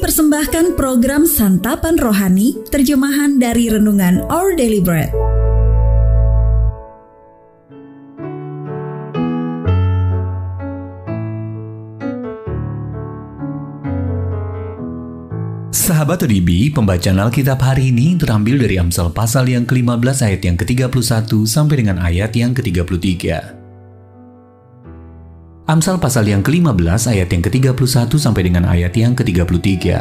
mempersembahkan program Santapan Rohani, terjemahan dari Renungan Our Daily Bread. Sahabat ODB, pembacaan Alkitab hari ini terambil dari Amsal pasal yang ke-15 ayat yang ke-31 sampai dengan ayat yang ke-33. Amsal pasal yang ke-15 ayat yang ke-31 sampai dengan ayat yang ke-33.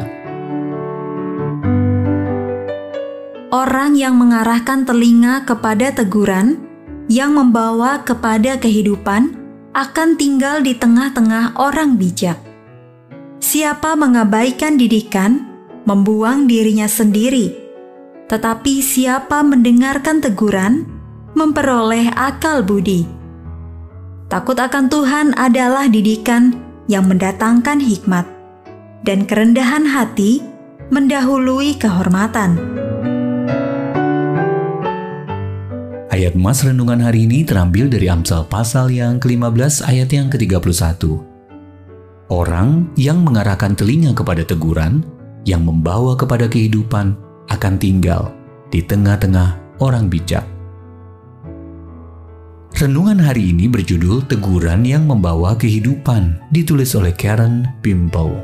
Orang yang mengarahkan telinga kepada teguran, yang membawa kepada kehidupan, akan tinggal di tengah-tengah orang bijak. Siapa mengabaikan didikan, membuang dirinya sendiri. Tetapi siapa mendengarkan teguran, memperoleh akal budi. Takut akan Tuhan adalah didikan yang mendatangkan hikmat, dan kerendahan hati mendahului kehormatan. Ayat Mas renungan hari ini terambil dari Amsal pasal yang ke-15 ayat yang ke-31. Orang yang mengarahkan telinga kepada teguran, yang membawa kepada kehidupan, akan tinggal di tengah-tengah orang bijak. Renungan hari ini berjudul Teguran yang Membawa Kehidupan, ditulis oleh Karen Pimple.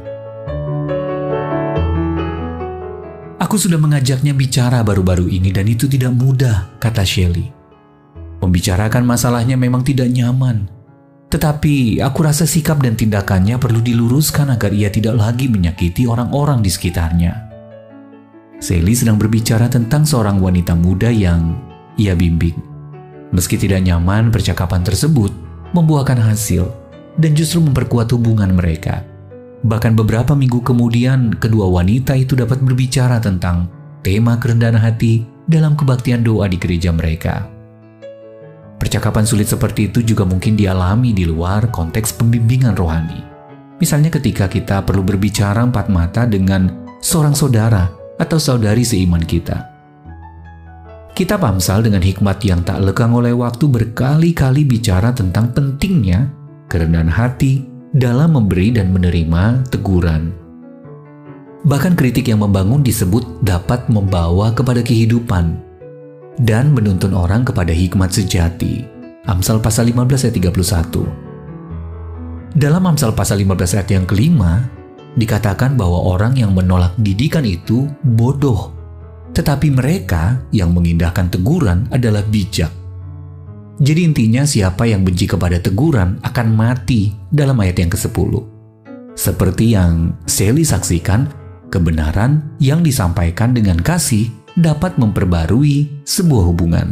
Aku sudah mengajaknya bicara baru-baru ini dan itu tidak mudah, kata Shelley. Membicarakan masalahnya memang tidak nyaman, tetapi aku rasa sikap dan tindakannya perlu diluruskan agar ia tidak lagi menyakiti orang-orang di sekitarnya. Shelley sedang berbicara tentang seorang wanita muda yang ia bimbing. Meski tidak nyaman, percakapan tersebut membuahkan hasil dan justru memperkuat hubungan mereka. Bahkan beberapa minggu kemudian, kedua wanita itu dapat berbicara tentang tema kerendahan hati dalam kebaktian doa di gereja mereka. Percakapan sulit seperti itu juga mungkin dialami di luar konteks pembimbingan rohani. Misalnya ketika kita perlu berbicara empat mata dengan seorang saudara atau saudari seiman kita. Kitab Amsal dengan hikmat yang tak lekang oleh waktu berkali-kali bicara tentang pentingnya kerendahan hati dalam memberi dan menerima teguran. Bahkan kritik yang membangun disebut dapat membawa kepada kehidupan dan menuntun orang kepada hikmat sejati. Amsal pasal 15 ayat 31. Dalam Amsal pasal 15 ayat yang kelima, dikatakan bahwa orang yang menolak didikan itu bodoh. Tetapi mereka yang mengindahkan teguran adalah bijak. Jadi intinya siapa yang benci kepada teguran akan mati dalam ayat yang ke-10. Seperti yang Shelley saksikan, kebenaran yang disampaikan dengan kasih dapat memperbarui sebuah hubungan.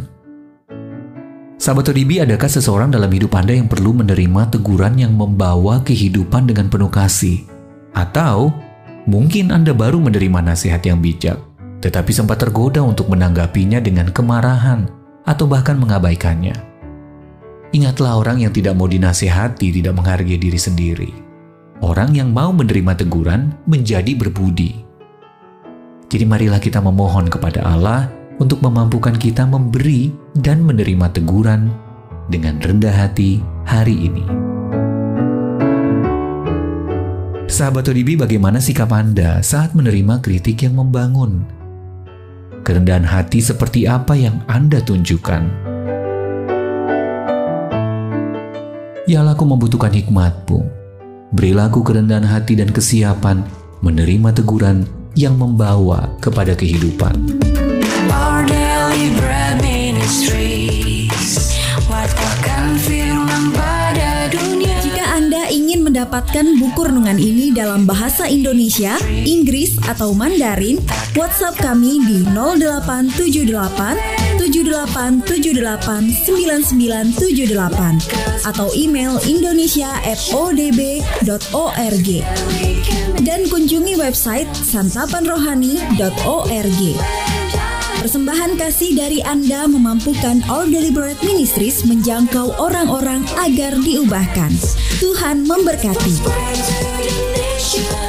Sahabat ODB, adakah seseorang dalam hidup Anda yang perlu menerima teguran yang membawa kehidupan dengan penuh kasih? Atau mungkin Anda baru menerima nasihat yang bijak, tetapi sempat tergoda untuk menanggapinya dengan kemarahan atau bahkan mengabaikannya. Ingatlah, orang yang tidak mau dinasihati tidak menghargai diri sendiri. Orang yang mau menerima teguran menjadi berbudi. Jadi marilah kita memohon kepada Allah untuk memampukan kita memberi dan menerima teguran dengan rendah hati hari ini. Sahabat ODB, bagaimana sikap Anda saat menerima kritik yang membangun? Kerendahan hati seperti apa yang Anda tunjukkan? Ya Allah, aku membutuhkan hikmat-Mu. Berilah aku kerendahan hati dan kesiapan menerima teguran yang membawa kepada kehidupan. Our Daily Bread Ministries, wartakan firman pada dunia. Jika Anda ingin mendapatkan buku renungan ini dalam bahasa Indonesia, Inggris, atau Mandarin, WhatsApp kami di 0878 7878 9978 atau email indonesia@odb.org dan kunjungi website santapanrohani.org. Persembahan kasih dari Anda memampukan Our Daily Bread Ministries menjangkau orang-orang agar diubahkan. Tuhan memberkati.